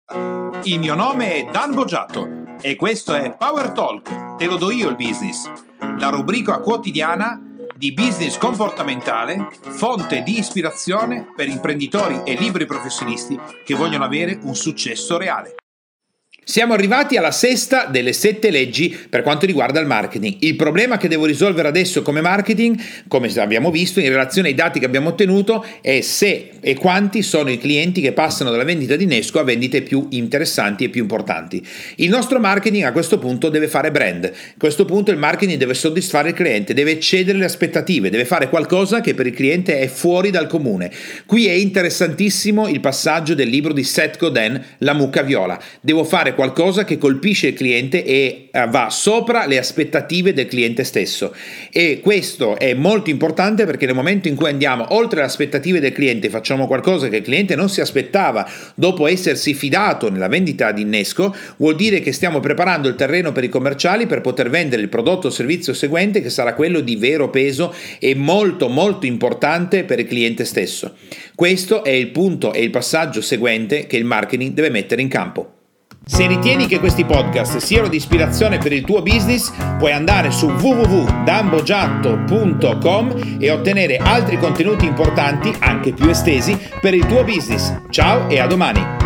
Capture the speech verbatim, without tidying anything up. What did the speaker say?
Il mio nome è Dan Boggiatto e questo è Power Talk, te lo do io il business, la rubrica quotidiana di business comportamentale, fonte di ispirazione per imprenditori e liberi professionisti che vogliono avere un successo reale. Siamo arrivati alla sesta delle sette leggi per quanto riguarda il marketing. Il problema che devo risolvere adesso come marketing, come abbiamo visto in relazione ai dati che abbiamo ottenuto, è se e quanti sono i clienti che passano dalla vendita di innesco a vendite più interessanti e più importanti. Il nostro marketing a questo punto deve fare brand. A questo punto il marketing deve soddisfare il cliente, deve eccedere le aspettative, deve fare qualcosa che per il cliente è fuori dal comune. Qui è interessantissimo il passaggio del libro di Seth Godin, La mucca viola. Devo fare qualcosa che colpisce il cliente e va sopra le aspettative del cliente stesso, e questo è molto importante perché nel momento in cui andiamo oltre le aspettative del cliente, facciamo qualcosa che il cliente non si aspettava dopo essersi fidato nella vendita di innesco, vuol dire che stiamo preparando il terreno per i commerciali per poter vendere il prodotto o servizio seguente, che sarà quello di vero peso e molto molto importante per il cliente stesso. Questo è il punto e il passaggio seguente che il marketing deve mettere in campo. Se ritieni che questi podcast siano di ispirazione per il tuo business, puoi andare su w w w punto dan boggiatto punto com e ottenere altri contenuti importanti, anche più estesi, per il tuo business. Ciao e a domani!